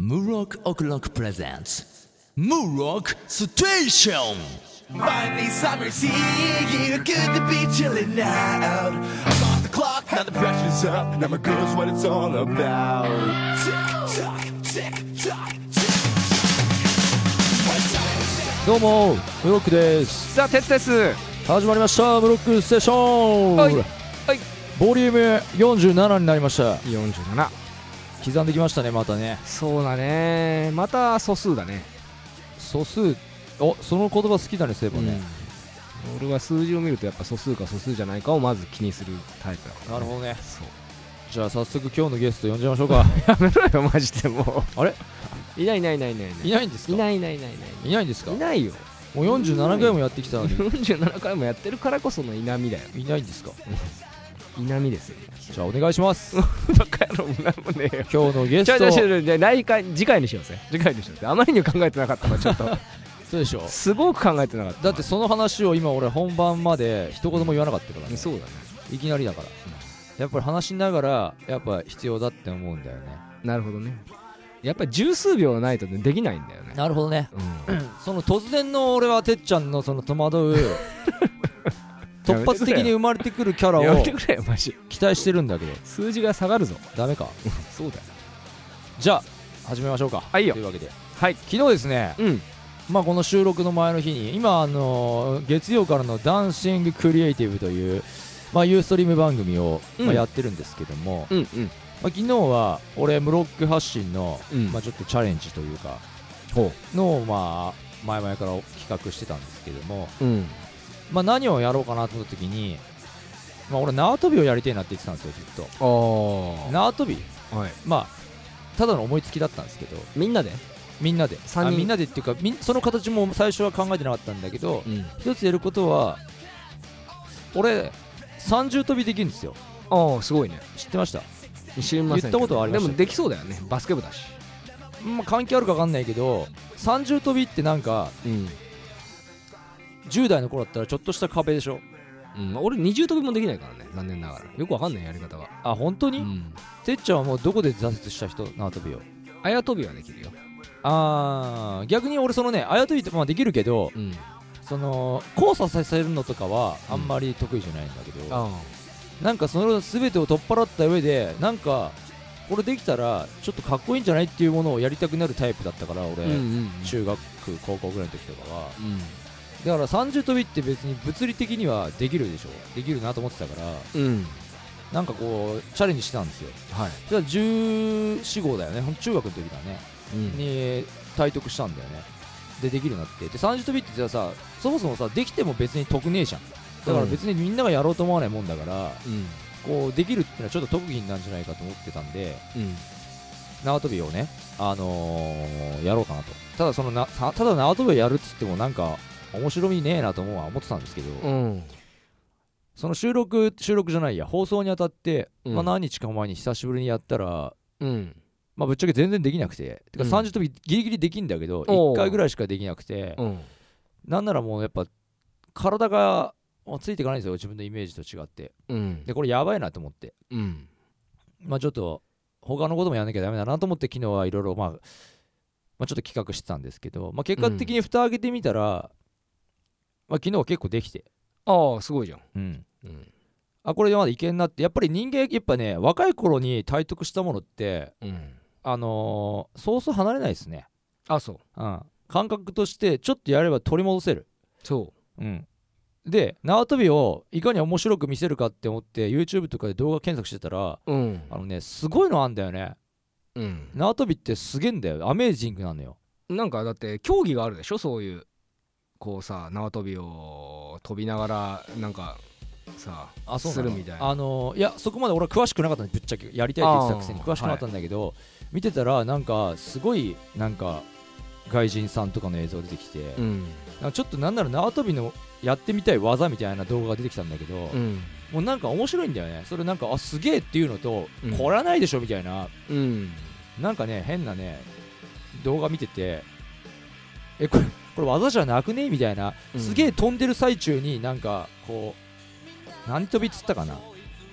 Murok O'Clock presents Murok Station. Finally summer's here, good to be chillin' out. I'm off the clock, now the pressure's up. Now my girl's what it's all about. Tick tock, tick tock, tick tock. どうもムロックです。 さあ鉄です。 始まりましたムロックステーション。 はいボリューム47になりました。 47 刻んできましたね。またね。 そうだね、また素数だね。 素数、その言葉好きだね。そういえばね、 俺は数字を見るとやっぱ素数か素数じゃないかをまず気にするタイプだから、 なるほどね。 そう、 じゃあ早速今日のゲスト呼んじゃいましょうか。 やめろよマジで。もうあれいないいないんですか。 いないんですか。 いないよ。 もう47回もやってきたのに 47回もやってるからこそのいなみだよ。 いないんですか。 いなみですよ。 じゃあお願いします。 バカ野郎もなんもねえよ。 今日のゲストじゃ来回次回にしようぜ。あまりにも考えてなかったのちょっとそうでしょ。 すごく考えてなかった。 だってその話を今俺本番まで一言も言わなかったからね。 そうだね。 いきなりだから、やっぱり話しながらやっぱ必要だって思うんだよね。 なるほどね。やっぱり十数秒ないと、ね、できないんだよね。 なるほどね、その突然の俺はてっちゃんのその戸惑う突発的に生まれてくるキャラをやめてくれよマジ。 期待してるんだけど数字が下がるぞ。 ダメか。 そうだよ。 じゃあ始めましょうか。 はいよ。 というわけで、 はい、 昨日ですね、まあこの収録の前の日に今月曜からのダンシングクリエイティブという、まあ、ユーストリーム番組を、やってるんですけども、まあ、昨日は俺ムロック発信の、まあ、ちょっとチャレンジというかの、まあ、前々から企画してたんですけども、まあ、何をやろうかなと思った時に、まあ、俺縄跳びをやりたいなって言ってたんですよずっと。縄跳び、まあただの思いつきだったんですけど、みんなでみんなでっていうかその形も最初は考えてなかったんだけど、一つやることは俺三重跳びできるんですよ。 すごいね。 知ってました？ 知りません。 言ったことはありました。 でもできそうだよね、バスケ部だし。 まあ関係あるか分かんないけど、三重跳びってなんか、10代の頃だったらちょっとした壁でしょ。 俺二重跳びもできないからね、残念ながら。よく分かんないやり方が。 あ、本当に？てっちゃんはもうどこで挫折した人？縄跳びを。 あや跳びはできるよ。 逆に俺そのね、あや跳びってまあできるけど、その交差させるのとかはあんまり得意じゃないんだけど、なんかその全てを取っ払った上でなんかこれできたらちょっとかっこいいんじゃないっていうものをやりたくなるタイプだったから俺、中学高校ぐらいの時とかは、だから三重跳びって別に物理的にはできるでしょ。できるなと思ってたから、なんかこうチャレンジしてたんですよ。じゃあ14号だよね、中学の時だね、に体得したんだよね。できるようになって、で三重跳びってさ、そもそもさできても別に得ねえじゃん。だから別にみんながやろうと思わないもんだから、こうできるっていうのはちょっと特技なんじゃないかと思ってたんで、縄跳びをね、やろうかなと。ただただ縄跳びをやるっつってもなんか面白みねえなと思ってたんですけど、その収録じゃないや、放送にあたって、まあ何日か前に久しぶりにやったら、まあぶっちゃけ全然できなくて、てか30跳びギリギリできんだけど、1回ぐらいしかできなくて、なんならもうやっぱ体がついていかないんですよ、自分のイメージと違って。でこれやばいなと思って、まあちょっと他のこともやんなきゃダメだなと思って、昨日はいろいろまあちょっと企画してたんですけど、まあ結果的に蓋開けてみたら、まあ昨日は結構できて、 すごいじゃん。 これでまだいけんなって。やっぱり人間やっぱね、若い頃に体得したものって、そうそう離れないですね。感覚としてちょっとやれば取り戻せる。で縄跳びをいかに面白く見せるかって思って YouTube とかで動画検索してたら、すごいのあんだよね。縄跳びってすげえんだよ。アメージングなのよ。 なんかだって競技があるでしょ、そういうこうさ、縄跳びを飛びながらなんかさするみたいな。 いやそこまで俺は詳しくなかったんで、ぶっちゃけやりたいって言ってたくせに詳しくなかったんだけど、見てたらなんかすごいなんか外人さんとかの映像出てきて、なんかちょっとなんなら縄跳びのやってみたい技みたいな動画が出てきたんだけど、もうなんか面白いんだよね。それなんかすげえっていうのと、これはないでしょみたいな、なんかね変なね動画見てて、これ技じゃなくねみたいな、すげえ飛んでる最中になんかこう何跳びっつったかな、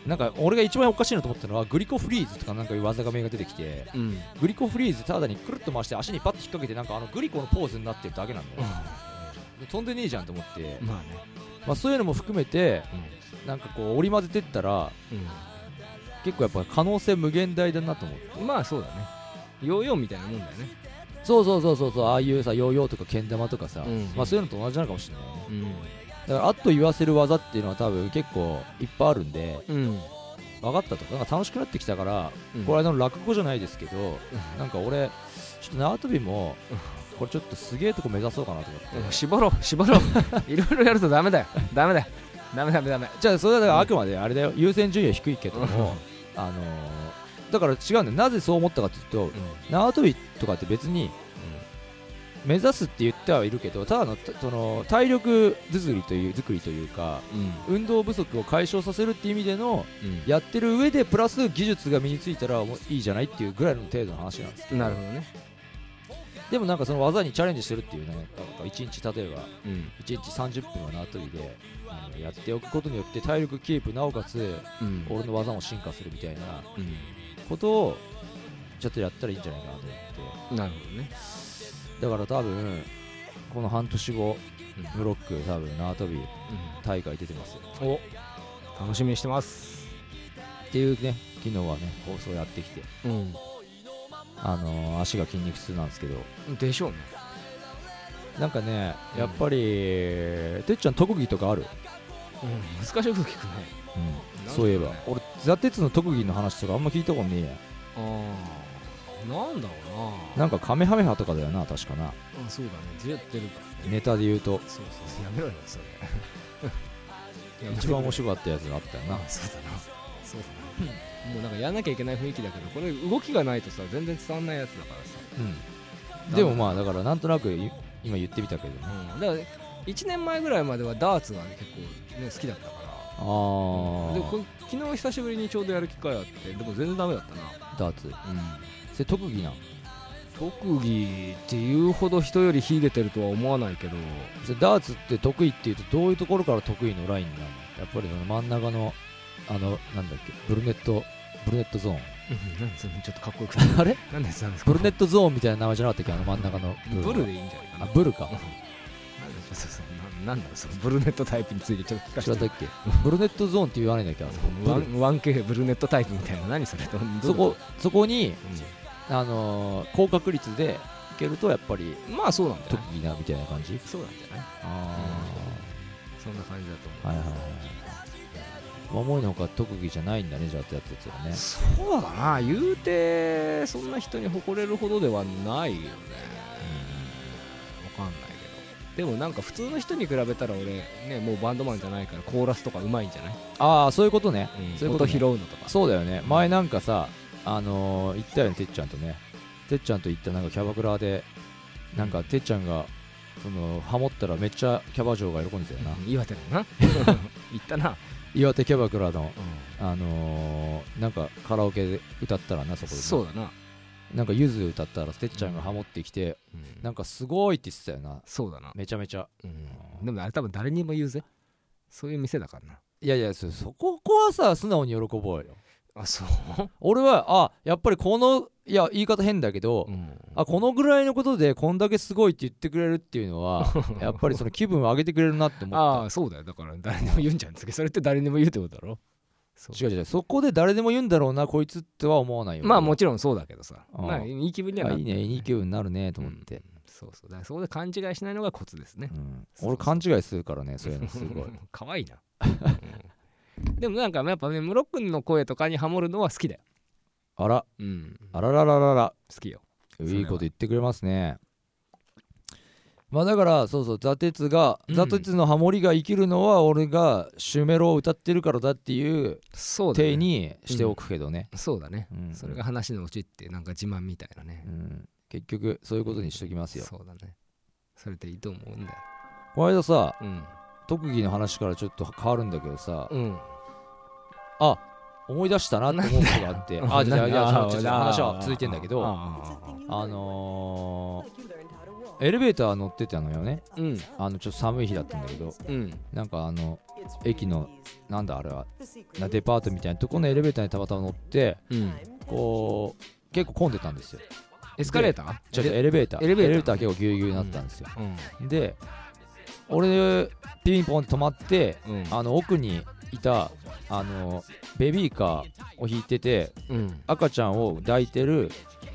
なんか俺が一番おかしいなと思ったのはグリコフリーズとかなんかいう技が名が出てきて、グリコフリーズただにくるっと回して足にパッと引っ掛けてなんかグリコのポーズになってるだけなんだよ、飛んでねえじゃんと思って、そういうのも含めて、なんかこう織り交ぜてったら、結構やっぱ可能性無限大だなと思って。 まあそうだね、ヨーヨーみたいなもんだよね。 そうああいうさヨーヨーとかけん玉とかさ、そういうのと同じなのかもしれないね、だからあっと言わせる技っていうのは多分結構いっぱいあるんで、分かったとか、なんか楽しくなってきたから、これの落語じゃないですけど、なんか俺ちょっと縄跳びもこれちょっとすげえとこ目指そうかなと思って、 絞ろういろいろやるとダメだよじゃあそれはだからあくまであれだよ、優先順位は低いけどもだから違うんだよ。なぜそう思ったかというと、縄跳びとかって別に目指すって言ってはいるけど、ただのその体力作りというか、運動不足を解消させるっていう意味での、やってる上でプラス技術が身についたらもういいじゃないっていうぐらいの程度の話なんですけど。 なるほどね。 でもなんかその技にチャレンジしてるっていうね、1日例えば、1日30分は縄跳びでやっておくことによって体力キープなおかつ、俺の技も進化するみたいなことをちょっとやったらいいんじゃないかなと思って。 なるほどね。 だから多分この半年後、ブロック多分縄跳び大会出てますよ、 楽しみにしてますっていうね。昨日はね放送やってきて、足が筋肉痛なんですけど。 でしょうね。 なんかね、やっぱりてっちゃん特技とかある？ 難しいこと聞くね。 そういえば俺ザ・テツの特技の話とかあんま聞いたことねえや。 なんだろうな。 なんかカメハメハとかだよな、確かな。 そうだね、ずれてるかネタで言うと。 そうやめろよそれ一番面白かったやつがあったよな。 そうだなもうなんかやんなきゃいけない雰囲気だけど、これ動きがないとさ全然伝わんないやつだからさ。 でもまあだからなんとなく今言ってみたけどね、 だから1年前ぐらいまではダーツが、ね、結構、ね、好きだったから。で昨日久しぶりにちょうどやる機会あって、でも全然ダメだったなダーツ。それ特技なの？ 特技っていうほど人より秀でてるとは思わないけど。 それダーツって得意っていうとどういうところから得意のラインになるの？やっぱりその真ん中のなんだっけ、ブルネットゾーン。 なんでそれちょっとかっこよくないあれなんですブルネットゾーンみたいな名前じゃなかったっけ、真ん中のブルでいいんじゃないかな。 ブルかなんだそのブルネットタイプについてちょっと聞かせて。 知らんだっけブルネットゾーンって言わないんだっけ、 1K ブルネットタイプみたいな。何それそこに、高確率でいけるとやっぱりまあそうなんだよ、 特技なみたいな感じ。 そうなんじゃない。そんな感じだと思う。 思いのほか特技じゃないんだね、じゃあってやつはね。 そうだな、言うてそんな人に誇れるほどではないよね。わかんないけど、でもなんか普通の人に比べたら俺ね、もうバンドマンじゃないからコーラスとかうまいんじゃない？ ああ、そういうことね。 そういうこと拾うのとか。 そうだよね。前なんかさ、行ったよね、てっちゃんとね。てっちゃんと行ったなんかキャバクラで、なんかてっちゃんがハモったらめっちゃキャバ嬢が喜んでたよな。 岩手だな行ったな。 岩手キャバクラの、なんかカラオケで歌ったらな、そこで。 そうだな。 なんかゆず歌ったらてっちゃんがハモってきて、なんかすごいって言ってたよな。 そうだな。 めちゃめちゃ。 でもあれ多分誰にも言うぜ。そういう店だからな。 いやいや、そこはさ、素直に喜ぼうよ。 あ、そう。 俺はやっぱりいや言い方変だけど、このぐらいのことでこんだけすごいって言ってくれるっていうのはやっぱりその気分を上げてくれるなって思った。 ああ、そうだよ。だから誰にも言うんじゃん。それって誰にも言うってことだろ。 違う、そこで誰でも言うんだろうなこいつっては思わないよ。 まあもちろんそうだけどさ、まあいい気分にはなる。 いいね、いい気分になるねと思って。 そうだからそこで勘違いしないのがコツですね。 俺勘違いするからね、そういうのすごい可愛いなでもなんかやっぱね、ムロ君の声とかにハモるのは好きだよ。 あら、あららららら、 好きよ。 いいこと言ってくれますね。まあだからそうザ・テツのハモリが生きるのは俺がシュメロを歌ってるからだっていう体にしておくけどね。 そうだね。それが話のうちってなんか自慢みたいなね。 結局そういうことにしときますよ。 そうだね。それでいいと思うんだよ。 この間さ、特技の話からちょっと変わるんだけどさ、思い出したなって思うことがあって話は続いてんだけど、 エレベーター乗ってたのよね。 うん、 ちょっと寒い日だったんだけど、 うん、 なんか駅のなんだあれはデパートみたいなとこのエレベーターにたまたま乗って、 うん、 こう結構混んでたんですよ。 エスカレーター？ ちょっとエレベーター結構ギュウギュウになったんですよ、 うん、 で俺ピンポンって止まって、 うん、 奥にいたベビーカーを引いてて、 うん、 赤ちゃんを抱いてる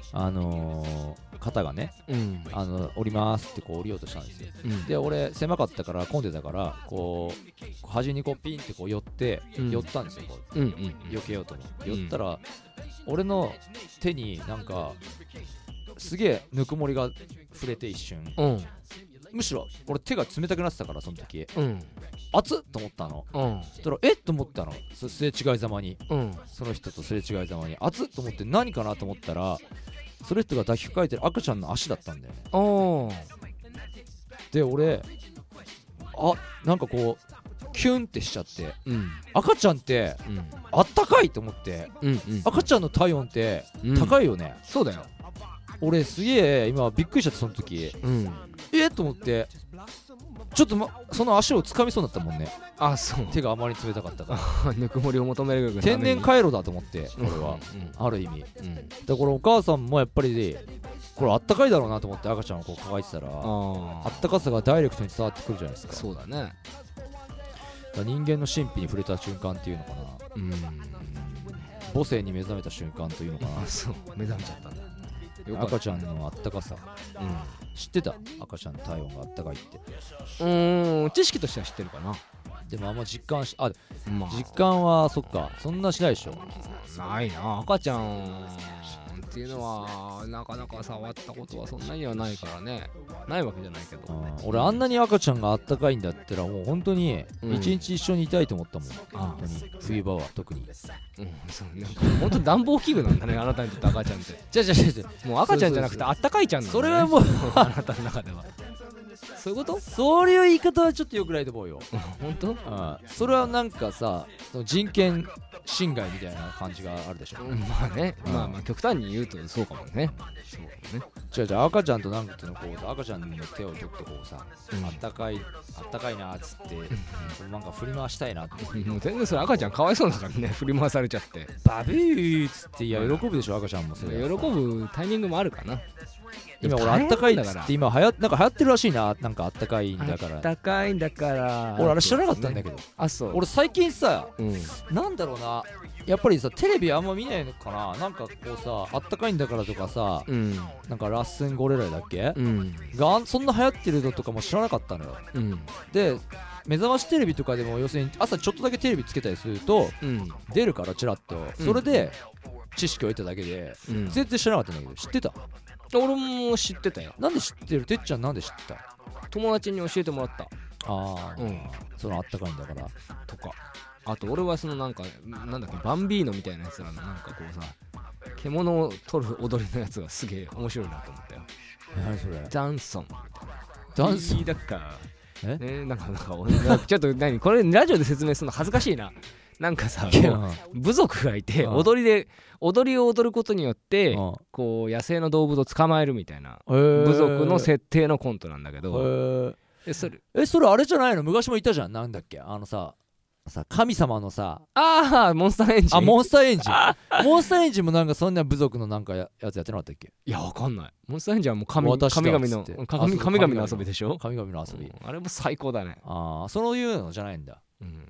方がね、 うん、 降りますってこう降りようとしたんですよ、 うん、 で俺狭かったから混んでたからこう端にこうピンってこう寄って、 うん、 寄ったんですよこう、 うん、 避けようと思って、 うん、 寄ったら俺の手になんかすげえぬくもりが触れて一瞬、 うん、 むしろ俺手が冷たくなってたからその時、 うん、 熱っと思ったの、 うん、 そしたらえっと思ったの、すれ違いざまに、 うん、 その人とすれ違いざまに熱っと思って何かなと思ったらその人が抱きかかえてる赤ちゃんの足だったんだよね。 おーで俺なんかこうキュンってしちゃって、 うん、 赤ちゃんって、 うん、 あったかいと思って、 うんうん、 赤ちゃんの体温って高いよね、 そうだよ。 俺すげえ今びっくりしちゃってその時、と思ってちょっと、その足を掴みそうになったもんね。 あ、そう。 手があまり冷たかったからぬくもりを求める天然回路だと思ってこれは、ある意味、だからお母さんもやっぱりこれあったかいだろうなと思って赤ちゃんをこう抱えてたら、あったかさがダイレクトに伝わってくるじゃないですか。 そうだね。 だ人間の神秘に触れた瞬間っていうのかな、母性に目覚めた瞬間というのかなそう、目覚めちゃったんだ。 赤ちゃんのあったかさ、知ってた？赤ちゃんの体温があったかいって。 知識としては知ってるかな。 でもあんま実感実感はそっかそんなしないでしょ。 ないな。赤ちゃんっていうのはなかなか触ったことはそんなにはないからね。ないわけじゃないけど、 俺あんなに赤ちゃんがあったかいんだったらもう本当に一日一緒にいたいと思ったもん、本当に冬場は特に。 そうなんか本当暖房器具なんだねあなたにとって赤ちゃんって。 じゃもう赤ちゃんじゃなくてあったかいちゃんなんだね。 それはもうあなたの中ではそういうこと？ そういう言い方はちょっと良くないと思うよ本当？ それはなんかさ人権侵害みたいな感じがあるでしょ。 まあね、まあ極端に言うとそうかもね。そうね。 じゃあ赤ちゃんとなんかのこう赤ちゃんの手を取ってこうさ、あったかいなっつってなんか振り回したいなってもう全然それ赤ちゃんかわいそうだからね振り回されちゃってバビーっつっていや喜ぶでしょ赤ちゃんも。それ喜ぶタイミングもあるかな。 今俺あったかいっつって今なんか流行ってるらしいな。なんかあったかいんだからあったかいんだから俺あれ知らなかったんだけど、 あ、そう。 俺最近さ、なんだろうな、やっぱりさテレビあんま見ないのかな。なんかこうさあったかいんだからとかさ、なんかラッスンゴレライだっけ、がそんな流行ってるのとかも知らなかったのよ、で目覚ましテレビとかでも要するに朝ちょっとだけテレビつけたりすると、出るからチラッと、それで知識を得ただけで、全然知らなかったんだけど知ってた？ 俺も知ってたよ。 なんで知ってる？てっちゃんなんで知ってた？ 友達に教えてもらった。そのあったかいんだからとか。 あと俺はそのなんだっけバンビーノみたいなやつらのなんかこうさ獣を取る踊りのやつがすげえ面白いなと思ったよ。 何それ？ ダンソンだっかなんかちょっとこれラジオで説明するの恥ずかしいな。なんかさ部族がいて踊りを踊ることによってこう野生の動物を捕まえるみたいな部族の設定のコントなんだけど、それあれじゃないの？昔もいたじゃん。なんだっけ神様のさモンスターエンジン。 モンスターエンジンモンスターエンジンもなんかそんな部族のなんかやつやってなかったっけ？ いやわかんない。モンスターエンジンはもう神々の遊びでしょ。 神々の遊び、 あれも最高だね。 そういうのじゃないんだ。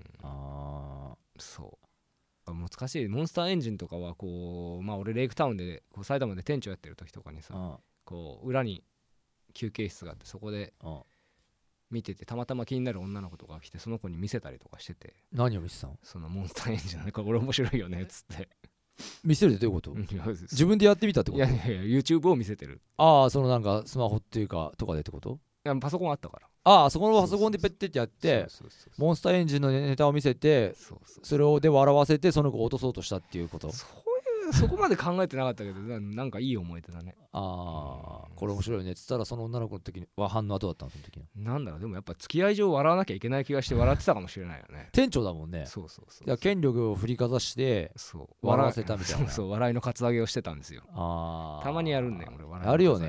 そう難しい。モンスターエンジンとかはこう俺レイクタウンでこう埼玉で店長やってる時とかにさ、こう裏に休憩室があってそこで見ててたまたま気になる女の子とか来てその子に見せたりとかしてて。 何を見せたの？ そのモンスターエンジンなんかこれ面白いよねっつって見せるってどういうこと？自分でやってみたってこと？ いや YouTube を見せてる。 そのなんかスマホっていうかとかでってこと？ いやパソコンあったからそこのパソコンでペッてってやってモンスターエンジンのネタを見せてそれをで笑わせてその子を落とそうとしたっていうこと？ そこまで考えてなかったけどなんかいい思い出だね。 これ面白いねっつったらその女の子の時には反応はどうだったの？その時のなんだろう。でもやっぱ付き合い上笑わなきゃいけない気がして笑ってたかもしれないよね。 店長だもんね。そう権力を振りかざして笑わせたみたいな。 笑いのカツアゲをしてたんですよ。たまにやるんだよ俺笑いのカツアゲ。 やるよね。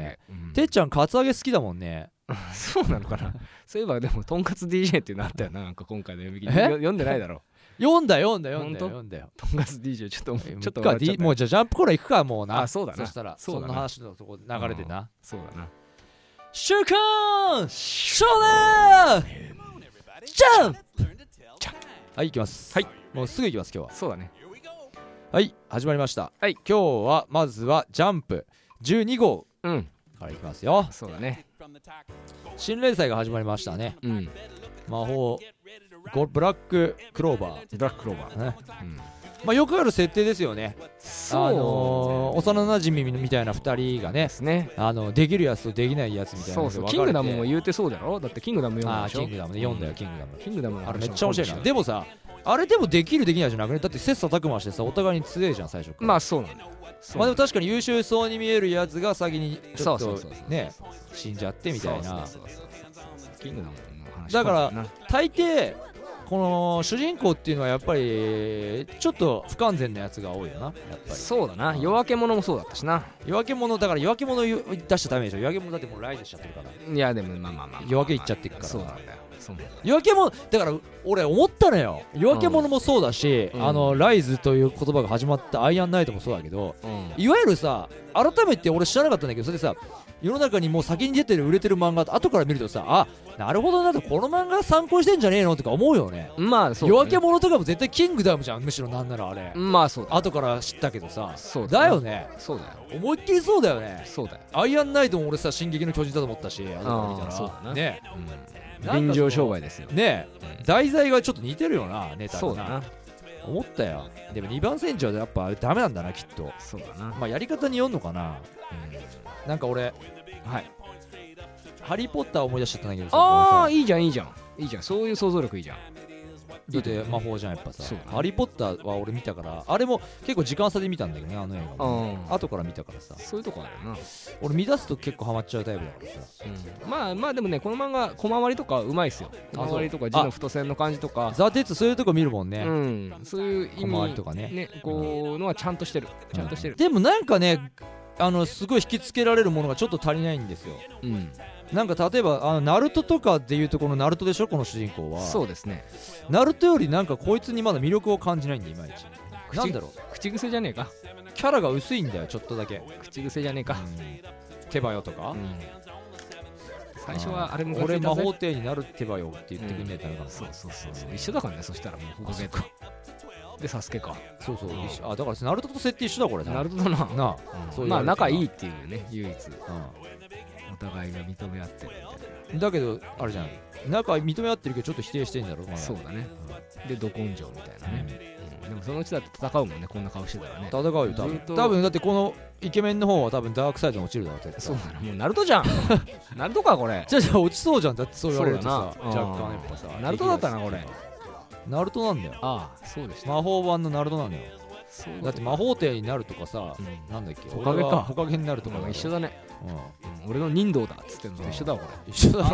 てっちゃんカツアゲ好きだもんね。 そうなのかな。そういえばでもとんかつ DJ っていうのあったよな、なんか今回の読み切り読んでないだろ。 読んだよ。とんかつ DJ ちょっと笑っちゃった。 もうじゃあジャンプコーナー行くかもうな。 あ、そうだな。 そしたらそんな話のとこ流れてな。 そうだな。 週刊少年ジャンプ。はい、行きます。 はい、 もうすぐ行きます。今日はそうだね。 はい、始まりました。 はい、 今日はまずはジャンプ12号からいきますよ。 そうだね。 新連載が始まりましたね。魔法ブラッククローバーね。まあよくある設定ですよね。幼馴染みたいな2人がね、できるやつとできないやつみたいな。 そうキングダムも言うてそうだろ。だってキングダム読んだでしょ。 キングダムね、読んだよ。キングダムあれめっちゃ面白いな。でもさ、あれでもできるできないじゃなくね。だって切磋琢磨してさ、お互いに強いじゃん最初から。 まあそうなんだよ。 まあでも確かに優秀そうに見えるやつが先にちょっとね死んじゃってみたいな。 キングダムの話だから大抵この主人公っていうのはやっぱりちょっと不完全なやつが多いよな。やっぱりそうだな。夜明け者もそうだったしな。 夜明け者だから夜明け者出しちゃダメでしょ。夜明け者だってもうライズしちゃってるから。 いやでもまあ夜明けいっちゃってるから。 そうなんだよ。 夜明け者だから俺思ったのよ。夜明け者もそうだし、ライズという言葉が始まったアイアンナイトもそうだけど、いわゆるさ、改めて俺知らなかったんだけど、それでさ、世の中にもう先に出てる売れてる漫画と後から見るとさ、あ、なるほどなと、この漫画参考してんじゃねえのとか思うよね。 まあそう、 夜明け者とかも絶対キングダムじゃん。むしろなんならあれ。 まあそうだ。 後から知ったけどさ。 そうだよね。 そうだよ。 思いっきりそうだよね。 そうだよ。 アイアンナイトも俺さ、進撃の巨人だと思ったし、後から見たら。 そうだな。 ね。 便乗商売ですよね。題材がちょっと似てるよな、ネタが。 そうだな。 思ったよ。でも2番戦時はやっぱダメなんだな、きっと。 そうだな。 まあやり方によんのかな。なんか俺、 はい、 ハリーポッター思い出しちゃったんだけどさ。 ああ、いいじゃん。そういう想像力いいじゃん。 だって魔法じゃんやっぱさ。ハリーポッターは俺見たから、あれも結構時間差で見たんだけどね、あの映画も。後から見たからさ。 そういうとこあるな。 俺見出すと結構ハマっちゃうタイプだからさ。 まあでもね、この漫画小回りとかうまいっすよ。小回りとか字の太線の感じとか。 ザ・テツそういうとこ見るもんね。 そういう意味とかね、 こうのはちゃんとしてる。 でもなんかね、すごい引きつけられるものがちょっと足りないんですよ。なんか例えばナルトとかでいうとこのナルトでしょ、この主人公は。 そうですね。 ナルトよりなんかこいつにまだ魅力を感じないんで、いまいち。なんだろう、 口癖じゃねえか。 キャラが薄いんだよ、ちょっとだけ。 口癖じゃねえか。 手羽よとか、 最初はあれも俺魔法帝になる手羽よって言ってくんねえたら。 そう一緒だからね。そしたらもうほかげとでサスケか。 そうだからナルトと設定一緒だこれ。 ナルトだな。まあ仲いいっていうね、唯一お互いが認め合ってるみたいな。 だけどあれじゃん、仲認め合ってるけどちょっと否定してんだろ。 そうだね。でど根性みたいなね。でもそのうちだって戦うもんね、こんな顔してたらね。 戦うよ多分。だってこのイケメンの方は多分ダークサイドに落ちるだろう。 そうだな。もうナルトじゃん。ナルトかこれ。 じゃあ落ちそうじゃん。だってそう言われるとさ、若干やっぱさ。 ナルトだったなこれ。 ナルトなんだよ。 ああ、そうでした。 魔法版のナルトなんだよ。だって魔法帝になるとかさ、なんだっけ、 ほかげか。 ほかげになるとか一緒だね。俺の人道だっつってんのと一緒だこれ。 一緒だな。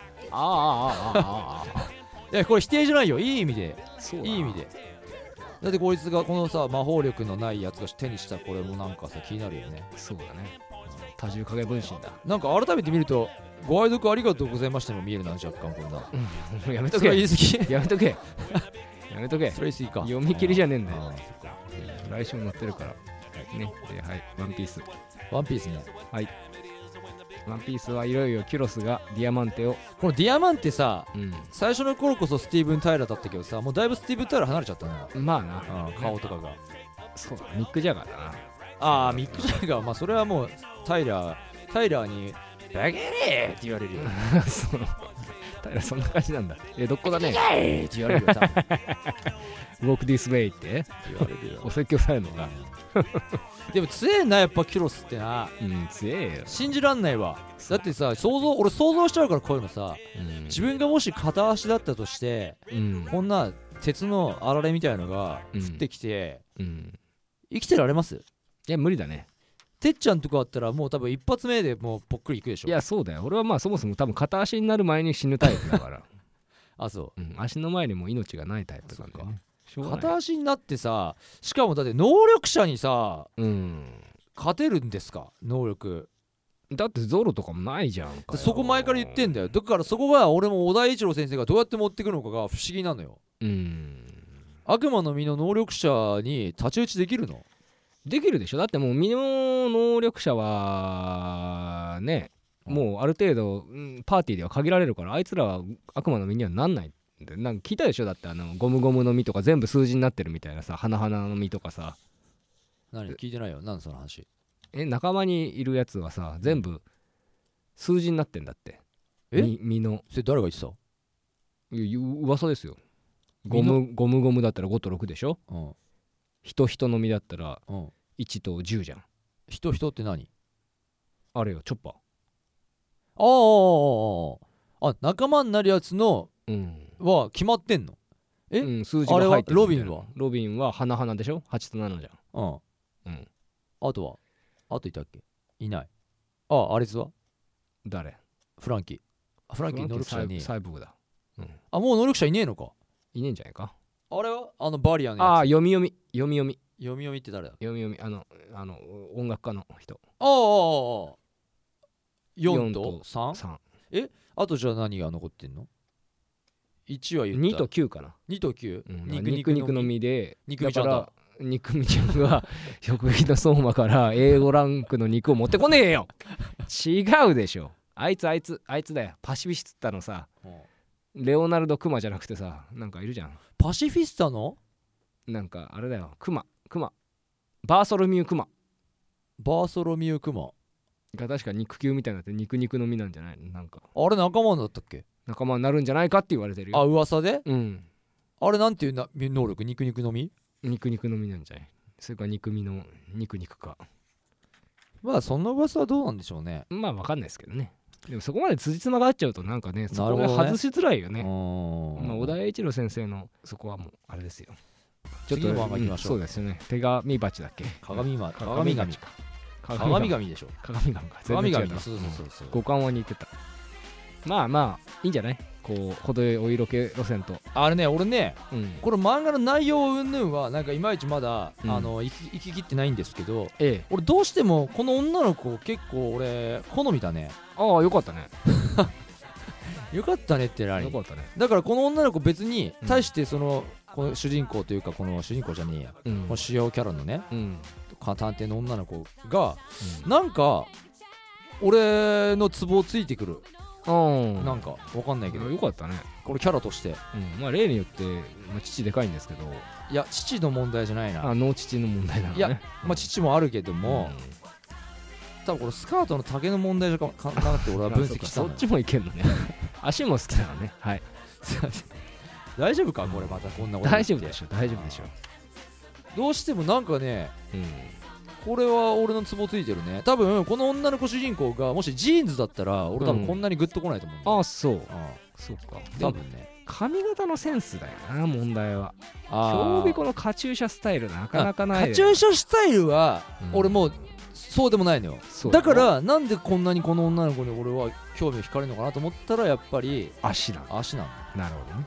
いやこれ否定じゃないよ、いい意味で。いい意味で。だってこいつがこのさ、魔法力のないやつが手にしたこれもなんかさ、気になるよね。 そうだね。多重影分身だ。 なんか改めて見ると、ご愛読ありがとうございましたにも見えるな、若干こんな。 やめとけ。 言い過ぎ。 やめとけ。やめとけ。 それ言い過ぎか。 読み切りじゃねえんだよ。来週も載ってるからね。はい、ワンピース。 ワンピースね。 はい。ワンピースはいよいよキュロスがディアマンテを。 このディアマンテさ、最初の頃こそスティーブン・タイラーだったけどさ、もうだいぶスティーブン・タイラー離れちゃったな。 まあな。 顔とかが。 そうだ、ミック・ジャガーだな。 ああ、ミック・ジャガー。まあそれはもうタイラーにバゲレーって言われるよ。 タイラーそんな感じなんだ。どっこだね。 バゲレーって言われるよ。多分 Walk this way って言われるよ。 お説教されるのが。 でも強えな、やっぱキュロスってな。 強えよ。 信じらんないわ。だってさ、俺想像しちゃうから、こういうのさ、自分がもし片足だったとして、こんな鉄のあられみたいのが降ってきて、生きてられます？ いや無理だね。 てっちゃんとかあったらもう多分一発目でもうぽっくりいくでしょ。 いやそうだよ。俺はまあそもそも多分片足になる前に死ぬタイプだから。 あ、そう、 足の前にも命がないタイプなんだよね。 片足になってさ、しかもだって能力者にさ、勝てるんですか、能力。 だってゾロとかもないじゃんかよ。 そこ前から言ってんだよ。だからそこが俺も小田栄一郎先生がどうやって持ってくのかが不思議なのよ。悪魔の実の能力者に太刀打ちできるの？ できるでしょ。だってもう実の能力者はね、もうある程度、パーティーでは限られるから、あいつらは悪魔の実にはなんない。なんか聞いたでしょ。だってゴムゴムの実とか全部数字になってるみたいなさ、花々の実とかさ。 何聞いてないよ。何その話。 仲間にいるやつはさ、全部数字になってんだって。実の。 それ誰が言ってた？ 噂ですよ。ゴムだったら5と6でしょ。人の実だったら1と10じゃん。 人って何？ あれよ、チョッパー。仲間になるやつのは決まってんの？ 数字が入ってる。 ロビンは花々でしょ。8と7じゃん。 あといたっけ？いない。あいつは誰？ フランキー能力者にサイボーグだ。 もう能力者いねえのか？ いねえんじゃないか。 あれはバリアのやつ。 読みって誰だ？読み音楽家の人。 4と 3？ あとじゃあ何が残ってんの？1は言った。 2と9かな。 2と 9？ 肉の実で、 肉みちゃんだ。 肉みちゃんが食費の相馬から A5 ランクの肉を持ってこねえよ。違うでしょ。あいつだよ。パシフィスタのさ、レオナルドクマじゃなくてさ、なんかいるじゃん。 パシフィスタのなんかあれだよ。クマバーソロミュークマが確か肉球みたいになって肉の実なんじゃないの？なんかあれ仲間だったっけ？ 仲間になるんじゃないかって言われてるよ。 噂で？あれなんていう能力？肉の実？ 肉の実なんじゃない？それから肉身の肉か。 まあそんな噂はどうなんでしょうね。 まあ分かんないですけどね。でもそこまで辻褄が合っちゃうとなんかね、そこが外しづらいよね。小田栄一郎先生のそこはもうあれですよ。 ちょっと行きましょう。 そうですよね。手紙鉢だっけ？ 鏡神でしょ。 鏡神か。 鏡神。そう。 五感は似てた。まあいいんじゃない？こう程よいお色気路線と。 あれね、俺ね、これ漫画の内容云々はなんかいまいちまだ行ききってないんですけど、俺どうしてもこの女の子結構俺好みだね。 よかったね。 よかったねって何？ よかったね。 だからこの女の子別に対してこの主人公というか、この主人公じゃねえや、この主要キャラのね、探偵の女の子がなんか俺のツボをついてくる。なんかわかんないけどよかったね。 これキャラとして、 まあ例によって父でかいんですけど、 いや父の問題じゃないな。 の父の問題なのね。 いやまあ父もあるけども、多分これスカートの丈の問題じゃなくて俺は分析したの。 そっちもいけんのね。足も好きだからね。はい。 大丈夫かこれまたこんなこと。 大丈夫でしょ。 どうしてもなんかね、これは俺のツボついてるね。多分この女の子主人公がもしジーンズだったら俺多分こんなにグッとこないと思うんだ。 そうか。 多分ね、 髪型のセンスだよな問題は。今日このカチューシャスタイルなかなかない。 カチューシャスタイルは俺もうそうでもないのよ。だからなんでこんなにこの女の子に俺は興味を惹かれるのかなと思ったらやっぱり足なの。 なるほどね。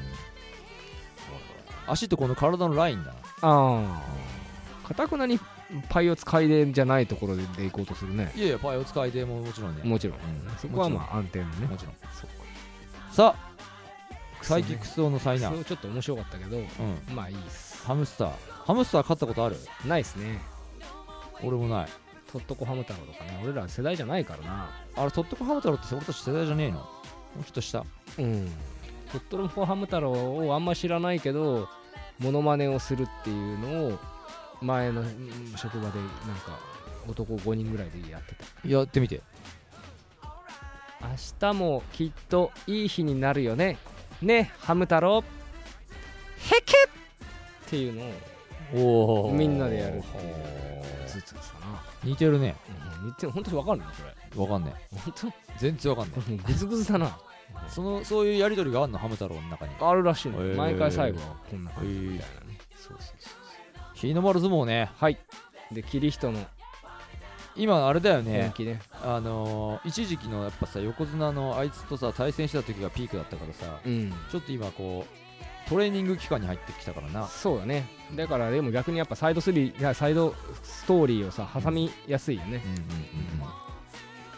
足ってこの体のラインだ。 かたくなにパイオツ海底じゃないところで行こうとするね。 いやパイオツ海底ももちろんね。 もちろん。そこはまあ安定のね。 もちろん。さあサイキクソの災難。 ちょっと面白かったけど、まあいいです。 ハムスター飼ったことある？ ないですね。 俺もない。 トットコハム太郎とかね、俺ら世代じゃないからな。 あれトットコハム太郎って俺たち世代じゃねえの？もうちょっと下。 トットコハム太郎をあんま知らないけどモノマネをするっていうのを前の職場でなんか男5人ぐらいでやってた。 やってみて。 明日もきっといい日になるよねねハム太郎へけっていうのをみんなでやるっていうずつさな。 似てるね。 似てる。本当に分かるのそれ？ 分かんねえ。 本当？ 全然分かんねえ。グズグズだな。 そういうやりとりがあるの？ハム太郎の中にあるらしいの。毎回最後はこんな感じみたいなね。そう日の丸相撲ね。 はいでキリヒトの今あれだよね。 ね一時期のやっぱさ横綱のあいつとさ対戦した時がピークだったからさ、ちょっと今こうトレーニング期間に入ってきたからな。 そうだね。だからでも逆にやっぱサイドストーリーをさ挟みやすいよね。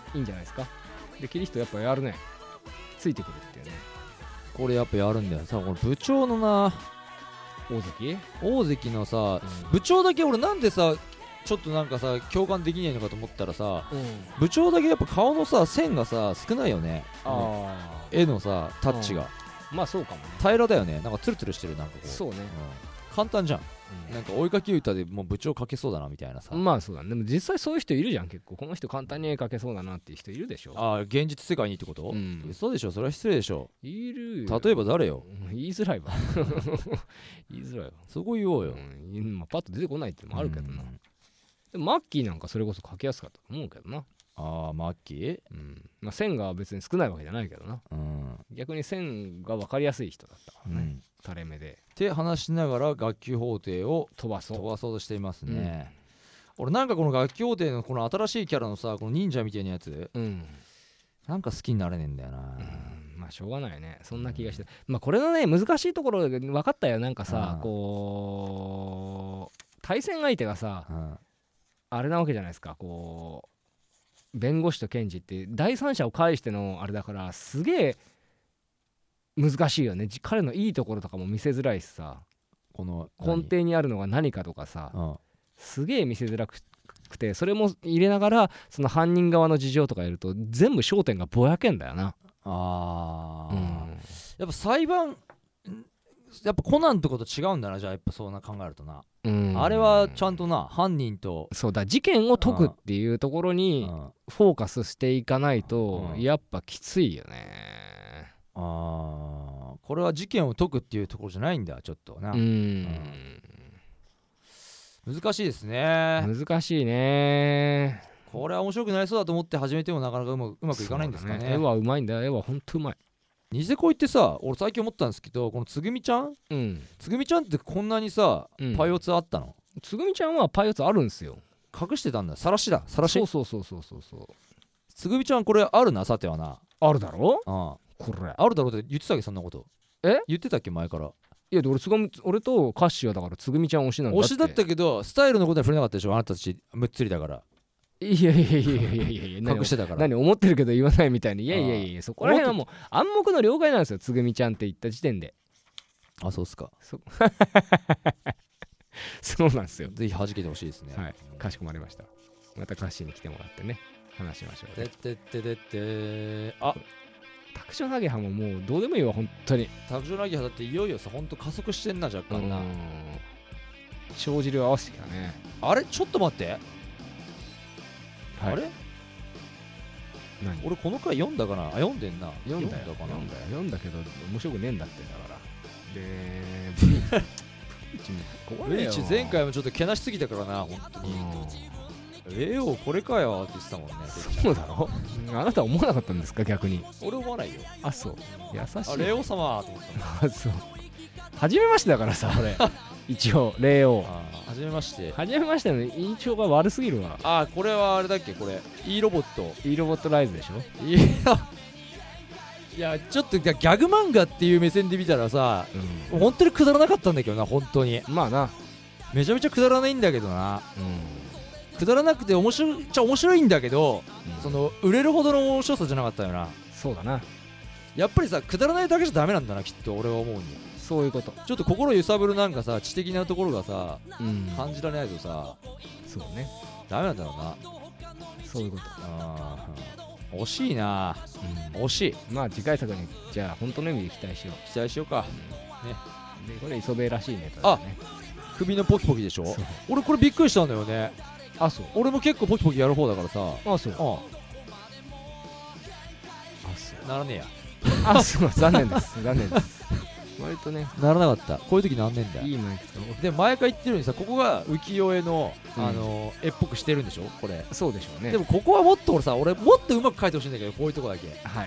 いいんじゃないですか。でキリヒトやっぱやるね、ついてくるっていうね。 これやっぱやるんだよさ。この部長のな、 大関のさ、部長だけ俺なんでさちょっとなんかさ共感できないのかと思ったらさ、部長だけやっぱ顔のさ線がさ少ないよね。絵のさタッチが、 まあそうかもね。 平らだよね。なんかツルツルしてる。なんかこうそうね、 簡単じゃん。なんか追いかけ歌でもう部長描けそうだなみたいなさ。 まあそうだね。でも実際そういう人いるじゃん。結構この人簡単に絵描けそうだなっていう人いるでしょ。 ああ、現実世界にってこと？そうでしょ。それは失礼でしょ。 いる。 例えば誰よ。 言いづらいわ。言いづらいわ。 そこ言おうよ。 まあパッと出てこないってのもあるけどな。でもマッキーなんかそれこそ描きやすかったと思うけどな。 ああ、マッキー？ まあ線が別に少ないわけじゃないけどな。逆に線が分かりやすい人だったからね。垂れ目でって話しながら学級法廷を飛ばそうとしていますね。俺なんかこの学級法廷のこの新しいキャラのさ、この忍者みたいなやつ、なんか好きになれねえんだよな。 まあしょうがないね。そんな気がして、まあこれのね難しいところで分かったよ。なんかさ、こう対戦相手がさ、あれなわけじゃないですか。こう弁護士と検事って第三者を介してのあれだから、すげえ難しいよね。彼のいいところとかも見せづらいしさ、この根底にあるのが何かとかさ、すげえ見せづらくて、それも入れながらその犯人側の事情とかやると全部焦点がぼやけんだよな。 やっぱ裁判、やっぱコナンとこと違うんだな。じゃあやっぱそうな考えるとな、あれはちゃんとな犯人と、 そうだ、事件を解くっていうところにフォーカスしていかないとやっぱきついよね。 これは事件を解くっていうところじゃないんだ。ちょっとな、難しいですね。 難しいね。 これは面白くなりそうだと思って始めてもなかなかうまくいかないんですかね。 絵はうまいんだよ。絵はほんとうまい。 ニセ恋ってさ、俺最近思ったんですけど、このつぐみちゃん、つぐみちゃんってこんなにさ、パイオツあったの？ つぐみちゃんはパイオツあるんすよ。 隠してたんだ。さらしだ。さらし。 そうつぐみちゃんこれあるな。さてはな、 あるだろ。 これあるだろうって言ってたっけ、そんなこと。言ってたっけ前から。 いやで俺とカッシーはだからつぐみちゃん推しなんだって。 推しだったけどスタイルのことに触れなかったでしょ。あなたたちむっつりだから。 いや隠してたから。 何思ってるけど言わないみたいに。いやそこら辺はもう暗黙の了解なんですよ。つぐみちゃんって言った時点で。 あ、そうっすか。 そうなんですよ。 ぜひ弾けてほしいですね。 はい、かしこまりました。またカッシーに来てもらってね、話しましょう、ね。 あ、 タクションハゲハももうどうでもいいわ、本当に。 タクションハゲハだっていよいよさ、ほんと加速してんな、若干な。 帳尻を合わせてきたね。 あれちょっと待って、あれ何？ 俺この回読んだかな。あ、読んでんな。 読んだけど面白くねえんだって。だからでブリーチ前回もちょっとけなしすぎたからな、本当に。よこれかよって言ってたもんね。 そうだろ。あなた思わなかったんですか、逆に。 俺思わないよ。 あ、そう。優しい。 レオ様と思ったあ、そう。初めましてだからさ、俺。一応、レオ。 初めまして。 初めましての印象が悪すぎるわ。 あ、これはあれだっけ、これ。いいロボット。 いいロボットライズでしょ。 いやちょっとギャグ漫画っていう目線で見たらさ、本当にくだらなかったんだけどな、本当に。 まあな。 めちゃめちゃくだらないんだけどな。くだらなくて面白いんだけど、その売れるほどの面白さじゃなかったよな。 そうだな。 やっぱりさ、くだらないだけじゃダメなんだな、きっと。俺は思うに。 そういうこと。 ちょっと心揺さぶるなんかさ、知的なところがさ、感じられないとさ、 そうね、 ダメなんだろうな。 そういうこと。 惜しいな、惜しい。 まあ次回作にじゃあ本当の意味で期待しようか、 ね。でこれ磯部らしいネタだね。 首のポキポキでしょ。俺これびっくりしたんだよね。 あ、そう。 俺も結構ポキポキやる方だからさ。 あ、そう。 ならねえや。 あ、そう。残念です割とね、 ならなかった。こういう時なんねんだよ。 いいので毎回言ってるようにさ、ここが浮世絵の絵っぽくしてるんでしょ、これ。 そうでしょうね。 でもここはもっと俺もっとうまく描いてほしいんだけど、こういうとこだけ。 はい。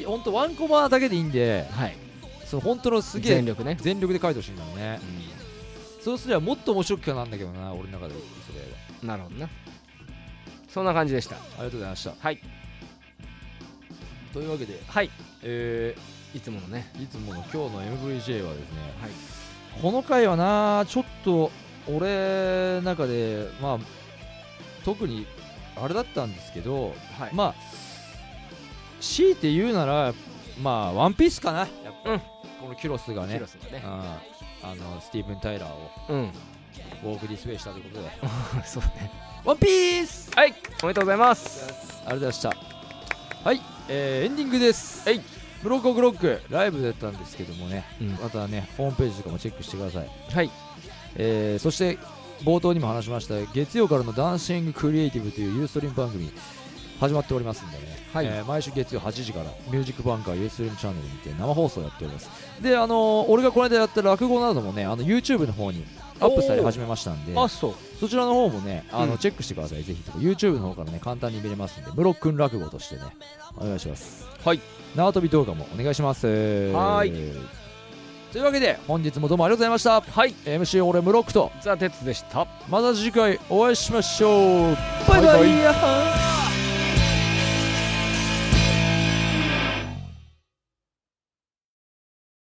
ほんとワンコマだけでいいんで、 はい。 その本当のすげえ全力で描いてほしいんだよね。そうすればもっと面白くなんだけどな、俺の中でそれは。なるほどな。そんな感じでした。 ありがとうございました。 はい。 というわけで、 はい。いつもの今日の MVJ はですね、はい、この回はな、ちょっと俺の中で、まあ特にあれだったんですけど、 はい、 まあ強いて言うならまあワンピースかなやっぱ、 うん、 このキュロスがね、 スティーブン・タイラーを、ウォーク・ディスウェイしたということでそうね、 ワンピース、 はい、おめでとうございます。 ありがとうございました。はい、エンディングです。 はい、 ブロックオクロックライブだったんですけどもね、またねホームページとかもチェックしてください。 はい、 そして冒頭にも話しました月曜からのダンシングクリエイティブというユーストリーム番組始まっておりますんでね、はい、毎週月曜8時からミュージックバンカーユーストリームチャンネルにて生放送やっております。で俺がこの間やった落語などもねYouTube の方にアップされ始めましたんで、そちらの方もねチェックしてください。ぜひ YouTube の方からね簡単に見れますんで、ムロックン落語としてねお願いします。はい、縄跳び動画もお願いします。はい、というわけで本日もどうもありがとうございました。はい、MC 俺ムロックとザ・テツでした。 また次回お会いしましょう。バイバイ。